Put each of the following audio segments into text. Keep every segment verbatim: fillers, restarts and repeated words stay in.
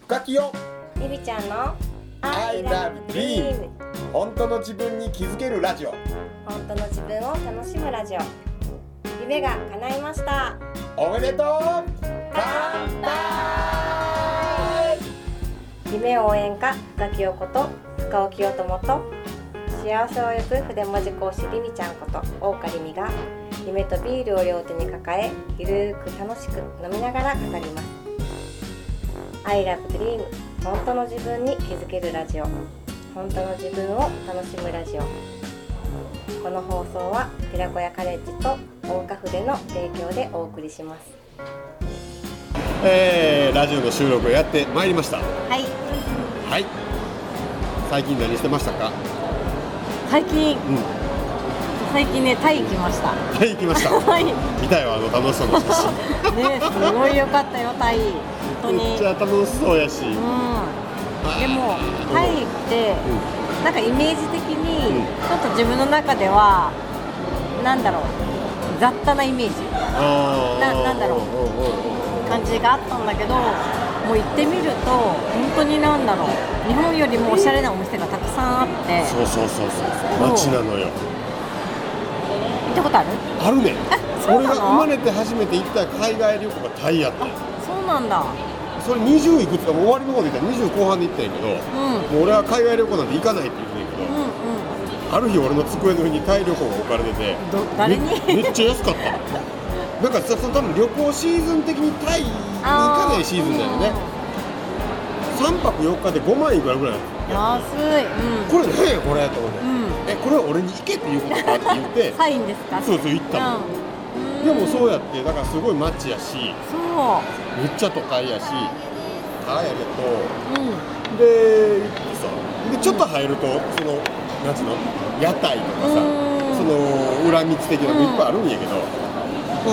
深きよリビちゃんの I love dream 本当の自分に気づけるラジオ。 本当の自分を楽しむラジオ。夢が叶いました。 おめでとう。乾杯。 夢応援歌深きよこと深尾清友と幸せを呼ぶ筆文字講師リミちゃんこと大岡リミが夢とビールを両手に抱えゆるく楽しく飲みながら語ります。 I love dream 本当の自分に気づけるラジオ。本当の自分を楽しむラジオ。この放送は寺子屋カレッジと大岡筆の提供でお送りします。 えー、ラジオの収録をやってまいりました。 はいはい。最近何してましたか？ 最近、 うん、 最近ねタイ行きました。 タイ行きましたはい見たよ、あの楽しそうな写真ね、すごい良かったよタイ。本当にめっちゃ楽しそうやし、うん、 うん、でもタイって、うん、なんかイメージ的にちょっと自分の中では、うん、なんだろう雑多なイメージな、なんだろう感じがあったんだけど、もう行ってみると本当になんだろう日本よりもおしゃれなお店がたくさんあって、 そうそうそうそう街なのよ。 行ったことある？ あるね。 そうなの？ 俺が生まれて初めて行った海外旅行がタイやった。 そうなんだ。 それにじゅういくつかもう終わりの方で行ったらにじゅう後半で行ったんやけど、うん、もう俺は海外旅行なんて行かないって言ってんやけど、うんうん、ある日俺の机の上にタイ旅行が置かれてて、 誰にめ, めっちゃ安かった。なんかその多分旅行シーズン的にタイに行かないシーズンだよね。さんぱくよっかでごまんいくらぐらい安い、うん、 これ何やこれと思って、うん、えこれは俺に行けっていうことかって言ってサインですか？ そうそう言ったの、うん、でもそうやってだからすごい街やし、 そうめっちゃ都会やしあやけど、うん、で行ってさでちょっと入ると、うん、そのなんつうの屋台とかさ、うん、その裏道的なのもいっぱいあるんやけど、うん、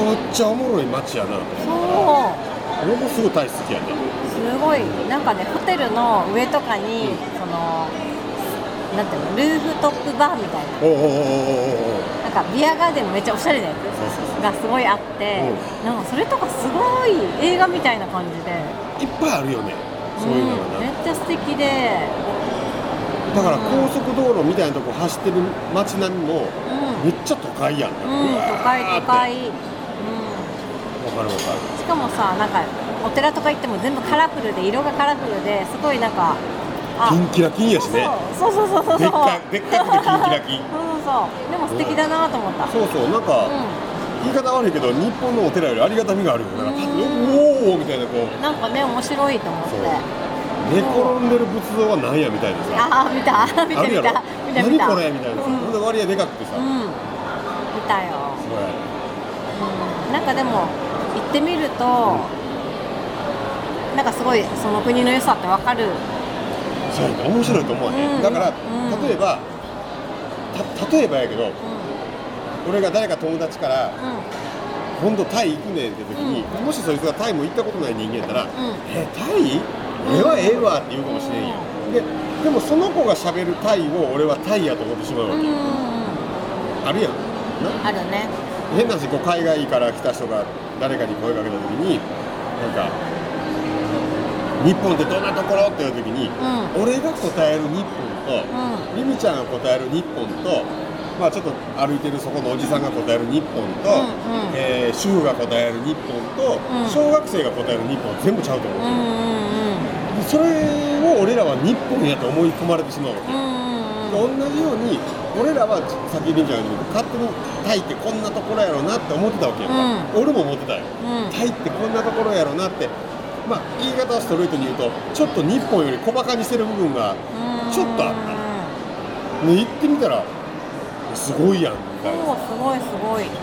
めっちゃおもろい街やなと思って俺もすごいタイ好きやね。 すごいなんかねホテルの上とかに、うん、そのなんていうのルーフトップバーみたいな、おおおおおなんかビアガーデンのめっちゃおしゃれなやつがすごいあって、なんかそれとかすごい映画みたいな感じでいっぱいあるよね、そういうのがな、 うん、めっちゃ素敵で、 だから高速道路みたいなとこ走ってる街並みも、うん、めっちゃ都会やん、うん、 都会都会、うん、 わかるわかる。 しかもさなんかお寺とか行っても全部カラフルで色がカラフルですごいなんかキンキラキンやしね。 そうそうそうそうそう。 でっかでっかくてキンキラキン。 そうそうそう。でも素敵だなと思った。 そうそうなんか、うん、言い方悪いけど日本のお寺よりありがたみがあるよ。だからおおみたいなこう。 なんかね面白いと思って。 寝転んでる仏像は何やみたいなさ。 ああ見た見た見た見た見た。 何これみたいなさ。うん、割合でかくてさ。うん、 見たよ。 すごい。 うん、なんかでも行ってみると、うん、なんかすごいその国の良さってわかる。 そうやね、面白いと思うね、うん、だから、うん、例えばた例えばやけど、うん、俺が誰か友達から、うん、今度タイ行くねんって時に、うん、もしそいつがタイも行ったことない人間やったら、うん、えタイ俺はええわって言うかもしれんよ、うん、で, でもその子が喋るタイを俺はタイやと思ってしまうわけ、うん、あるやんなあるね。 変な話こう海外から来た人が誰かに声かけた時になんか日本ってどんなところって言うときに、うん、俺が答える日本と、うん、リミちゃんが答える日本と、まあ、ちょっと歩いてるそこのおじさんが答える日本と、うんうんえー、主婦が答える日本と、うん、小学生が答える日本は全部ちゃうと思う、うんうんうん、それを俺らは日本やと思い込まれてしまうわけ、うんうん、同じように俺らはさっきリミちゃんが言うけど勝手にタイってこんなところやろうなって思ってたわけやんか、うん、俺も思ってたよ、うん、タイってこんなところやろうなってまあ、言い方をストレートに言うとちょっと日本より小バカにしてる部分がちょっとあった、ね、行ってみたらすごいやんみたいな。 そうすごいすごい、うん、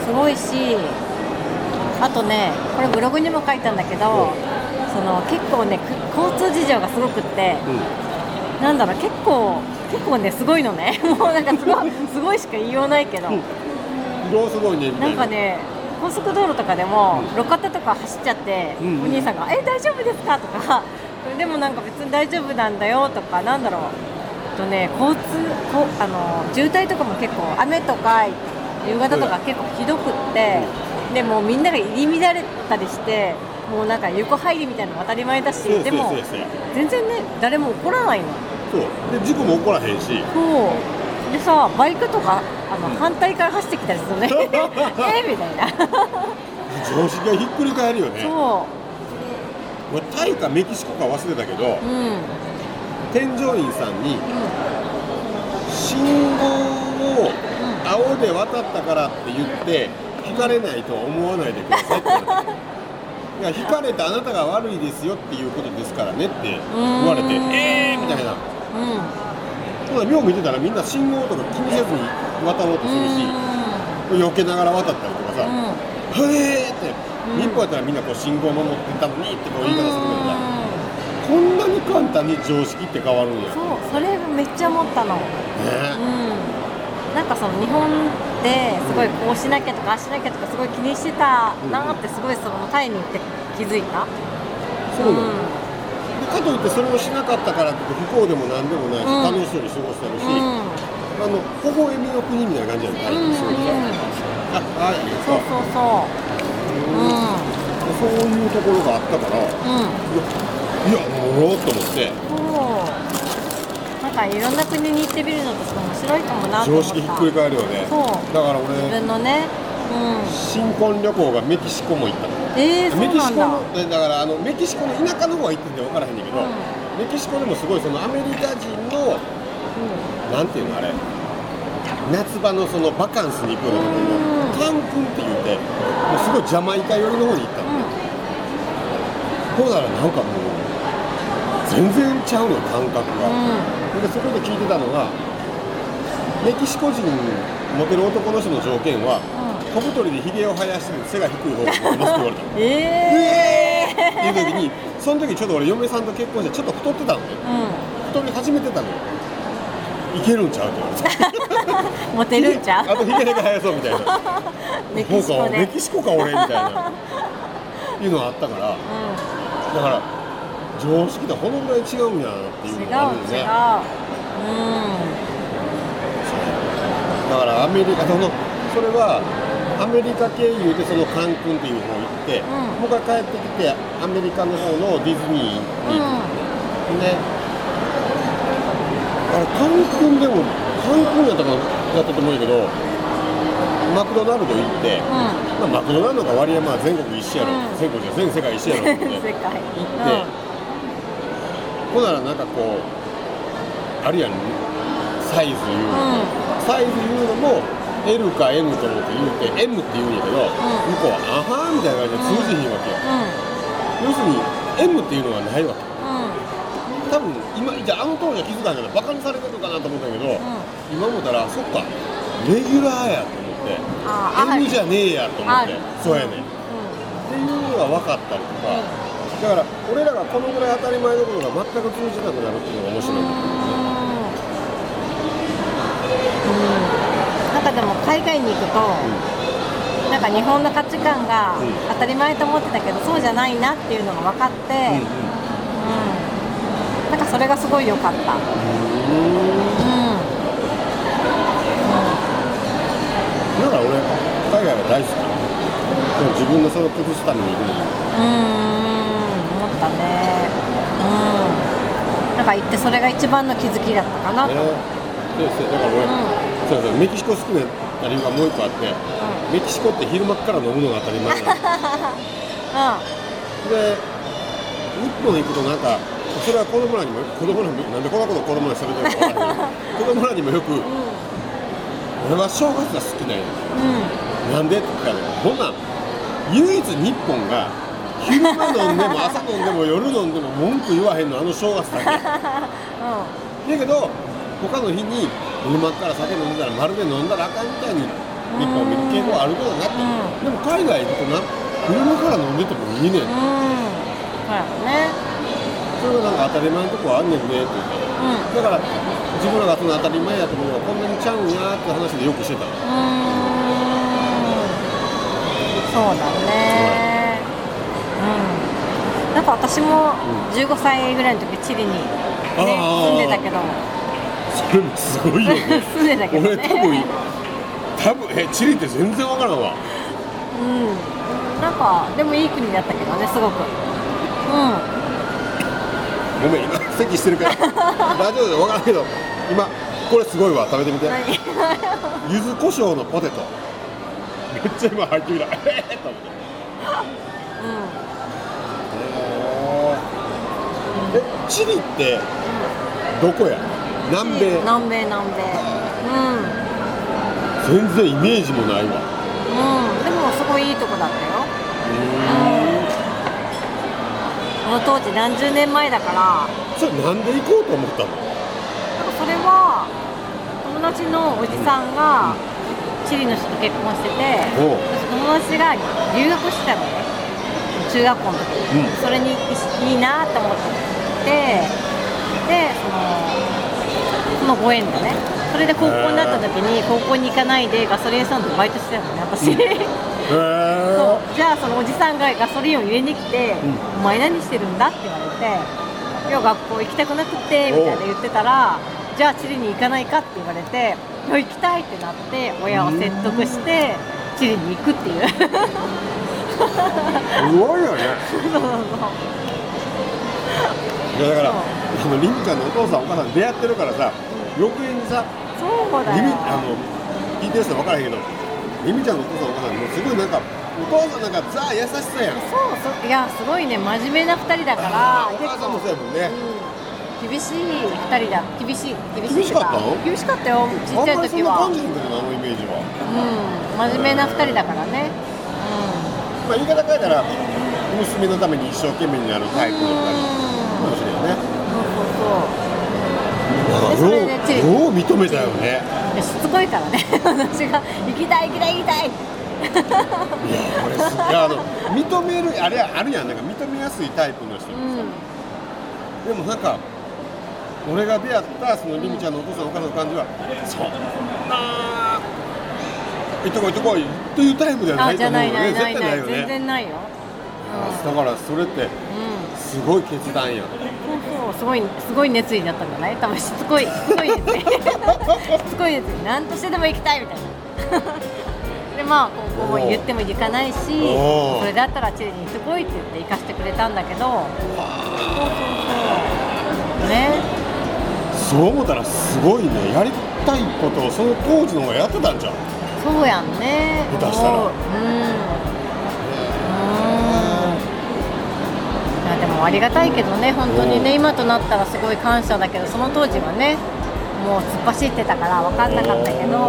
すごいしあとねこれブログにも書いたんだけど、うん、その結構ね交通事情がすごくって、うん、なんだろう結構結構ねすごいのねもうなんかすごいすごいしか言いようないけど、うん、 どうすごいねみたいな。 なんかね高速道路とかでも路肩とか走っちゃって、うん、お兄さんがえ大丈夫ですかとかでもなんか別に大丈夫なんだよとかなんだろうとね交通こあの渋滞とかも結構雨とか夕方とか結構ひどくって、うん、でもみんなが入り乱れたりしてもうなんか横入りみたいなのが当たり前だし、 そうそうでもそうそう全然ね誰も怒らないの。 そうで事故も起こらへんし、 そうでさバイクとかあの、うん、反対から走ってきたりするのねえみたいな常識がひっくり返るよね。 そうタイかメキシコか忘れたけど、うん、添乗員さんに、うん、信号を青で渡ったからって言って引かれないとは思わないでくださいって言われていや引かれたあなたが悪いですよっていうことですからねって言われてえーみたいな、うん、よう見てたらみんな信号とか気にせずに渡ろうとするし避けながら渡ったりとかさ、うん、へーって、うん、日本やったらみんなこう信号を守ってたのにってこう言い方するけどさ、こんなに簡単に常識って変わるんや。 そうそれめっちゃ思ったの、ね、うん、なんかその日本ですごいこうしなきゃとかああしなきゃとかすごい気にしてたなってすごいそのタイに行って気づいた。 そうなの、うん、かといってそれをしなかったからって不幸でもなんでもないし、うん、楽しそうに過ごしてるし、うん、あの微笑みの国みたいな感じやったりするんですよ、うんうん、ああそうそうそう、うん、 そういうところがあったから、うん、いやもうと思って。 なんかいろんな国に行ってみるのと面白いかもなと思った。 常識ひっくり返るよね。 そうだから俺自分のね、 うん、新婚旅行がメキシコも行ったの。 えー、そうなんだ。 メキシコのだからあのメキシコの田舎の方は行ってて分からへんねんけど、うん、メキシコでもすごいそのアメリカ人の、うん、なんていうのあれ夏場のそのバカンスに行くようなところ、カンクンって言ってもうすごいジャマイカ寄りの方に行ったの。ほ、うん、だからなんかもう全然ちゃうの感覚が、うん、でそこで聞いてたのがメキシコ人モテる男の人の条件は、うん、小太りでひげを生やして背が低い方がモテますって言われたの。えー、えー、っていう時にその時ちょっと俺嫁さんと結婚してちょっと太ってたのね、うん、太り始めてたのよ。いけるんちゃうって言われてモテるんちゃうあとひげだけ生やそうみたいなメキシコでメキシコか俺みたいないうのがあったから、うん、だから常識とこのぐらい違うんやなっていうのがあるよね。違う違う、うん、だからアメリカそのそれはアメリカ経由でそのカンクンっていう方行って、うん、もう一回帰ってきてアメリカの方のディズニーに行って、うん、ね、あれカンクンでもカンクンやったかやったと思うんやけどマクドナルド行って、うん、まあ、マクドナルドが割合まあ全国一緒やろ、うん、全国じゃ全世界一緒やろって行って、ほならなんかこうあるやんサイズ言うの、うん、サイズ言うのも エル か エム と思って言うて エム って言うんやけど、うん、向こうはアハーみたいな感じで通じひんわけよ、うん、要するに エム っていうのがないわけ、うん、多分今じゃああの当時は気づかんからバカにされてるかなと思ったけど、うん、今思ったらそっかレギュラーやと思って エム じゃねえやと思ってそうやねん、うん、っていうのが分かったりとか、だから俺らがこのぐらい当たり前のことが全く通じなくなるっていうのが面白いんだけどね。 なんかでも海外に行くと、うん、なんか日本の価値観が当たり前と思ってたけど、うん、そうじゃないなっていうのが分かって、うんうんうん、なんかそれがすごい良かった。うん、うん、 だから俺海外が大好き。でも自分のそれを崩すために行くのに。 うん、思ったね。うん。なんか行ってそれが一番の気づきだったかなと。ね、 そうですだから俺、うん、そうそうメキシコ好きな理由がもう一個あって、うん、メキシコって昼間から飲むのが当たり前なの。うん、で日本行くとなんかそれは子供らにも子供らにもなんでこんなこと子供らにされてるか分からないけど子供らにもよく、うん、俺は正月が好きなんや、うん、なんでって聞かれる。ほんなん唯一日本が昼間飲んでも朝飲んでも夜飲んでも文句言わへんのあの正月だけ、うん、だけど他の日に昼間から酒飲んでたらまるで飲んだらあかんみたいに日本を見る傾向あることになって、うん、でも海外行くとな昼間から飲んでてもいいねん、うん、 そうやね。 それがなんか当たり前のとこあんねんねって言って、うん、だから自分らがその当たり前やと思うのがこんなにちゃうんやって話でよくしてた。うーん、そうだね、うん、なんか私もじゅうごさいぐらいの時チリに、ね、住んでたけど、 それもすごいよね住んでたけどね、 俺多分多分えチリって全然わからんわ。 うん、 なんかでもいい国だったけどね、すごく。うんごめん今席してるからラジオで分からんけど今これすごいわ、食べてみて。柚子胡椒のポテトめっちゃ今入ってみたえーっと思って、うん、えチリってどこや？南米？ 南米南米。 うん全然イメージもないわ。 うんでもすごいいいとこだったよ。この当時何十年前だから。 それなんで行こうと思ったの？ それは友達のおじさんがチリの人と結婚してて、友達が留学してたのね、中学校の時に、うん、それにいいなと思ってで、そのそのご縁だね。それで高校になった時に高校に行かないでガソリンスタンドでバイトしてたのね、私。そうじゃあそのおじさんがガソリンを入れに来て、うん、お前何してるんだって言われて、いや学校行きたくなくてみたいな言ってたら、じゃあチリに行かないかって言われて、いや行きたいってなって親を説得してチリに行くっていう。すごいよね。そうそうそう。いやだからあのリミちゃんのお父さんお母さん出会ってるからさ、余計にさ、 そうだよ。 リミあの聞いてる人分からへんけど、リミちゃんのお父さんお母さんもすごいなんかお父さんなんかザ優しさやん。 そうそう、いやすごいね、真面目なふたりだから。 お母さんもそうやもんね。 うん、厳しいふたりだ。厳しい厳しい。 厳しかったの？ 厳しかったよ。ちっちゃい時は。 あんまりそんな感じなんだけどあのイメージは。 うん、真面目なふたりだからね。うん。 まあ言い方変えたら娘のために一生懸命になるタイプのふたりかもしれないね。 そうそうそう。 よう、よう認めたよね。 しつこいからね私が行きたい行きたい行きたいいやこれすいやあの認めるあれあるやん、なんか認めやすいタイプの人ってさ、うん、でもなんか俺が出会ったそのリミちゃんのお父さんお母さんの感じは、そんな行ってこい行ってこいっていうタイプではないと思うよね。絶対ないよね。 全然ないよ、 うん、だからそれってすごい決断やん。 そうそう、すごいすごい熱意だったんじゃない？多分しつこいしつこい熱意しつこい熱意、何としてでも行きたいみたいなでまあ高校も言っても行かないし、それだったらチリに行ってこいって言って行かせてくれたんだけど、そうそうそうね。 そう思ったらすごいね、やりたいことをその当時の方がやってたんじゃん。 そうやんね。 下手したら。うん。うん。 いやでもありがたいけどね、本当にね、今となったらすごい感謝だけど、その当時はね、もう突っ走ってたから分かんなかったけど。うん。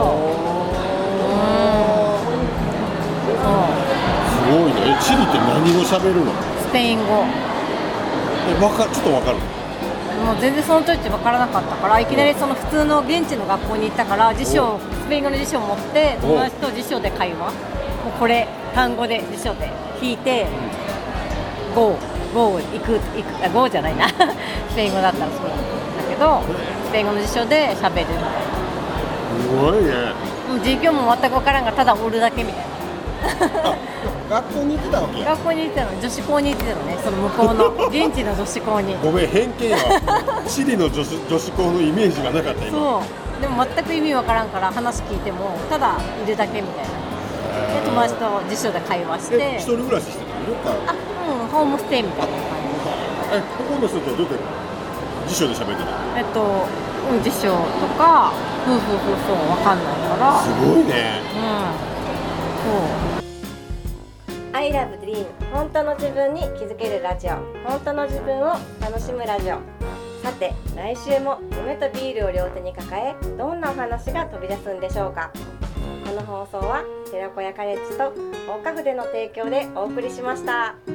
そう。 すごいね。チリって何語喋るの？ スペイン語。 え、わかちょっと分かる？ もう全然その当時分からなかったから、いきなりその普通の現地の学校に行ったから辞書、スペイン語の辞書を持って友達と辞書で会話、もうこれ単語で辞書で引いて、ゴーゴー行く行くあゴーじゃないなスペイン語だったらそうだけど、スペイン語の辞書で喋るみたいな。 すごいね。 もう授業も全く分からんが、ただおるだけみたいな学校に行ってたわけ？ 学校に行ってたの、女子校に行ってたのね、その向こうの現地の女子校にごめん偏見やチリの女子、女子校のイメージがなかった今。 そうでも全く意味わからんから話聞いてもただいるだけみたいなで、友達と辞書で会話して。 一人暮らししてたの？どっか？ あ、うん、ホームステイみたいな感じ。え、ここの人とどうやって辞書で喋ってる？ えっと、うん、辞書とかふうふうふうそうわかんないから。 すごいね。 うん、そうI love dream 本当の自分に気づけるラジオ、本当の自分を楽しむラジオ。さて来週も夢とビールを両手に抱え、どんなお話が飛び出すんでしょうか。この放送は寺子屋カレッジと大花筆の提供でお送りしました。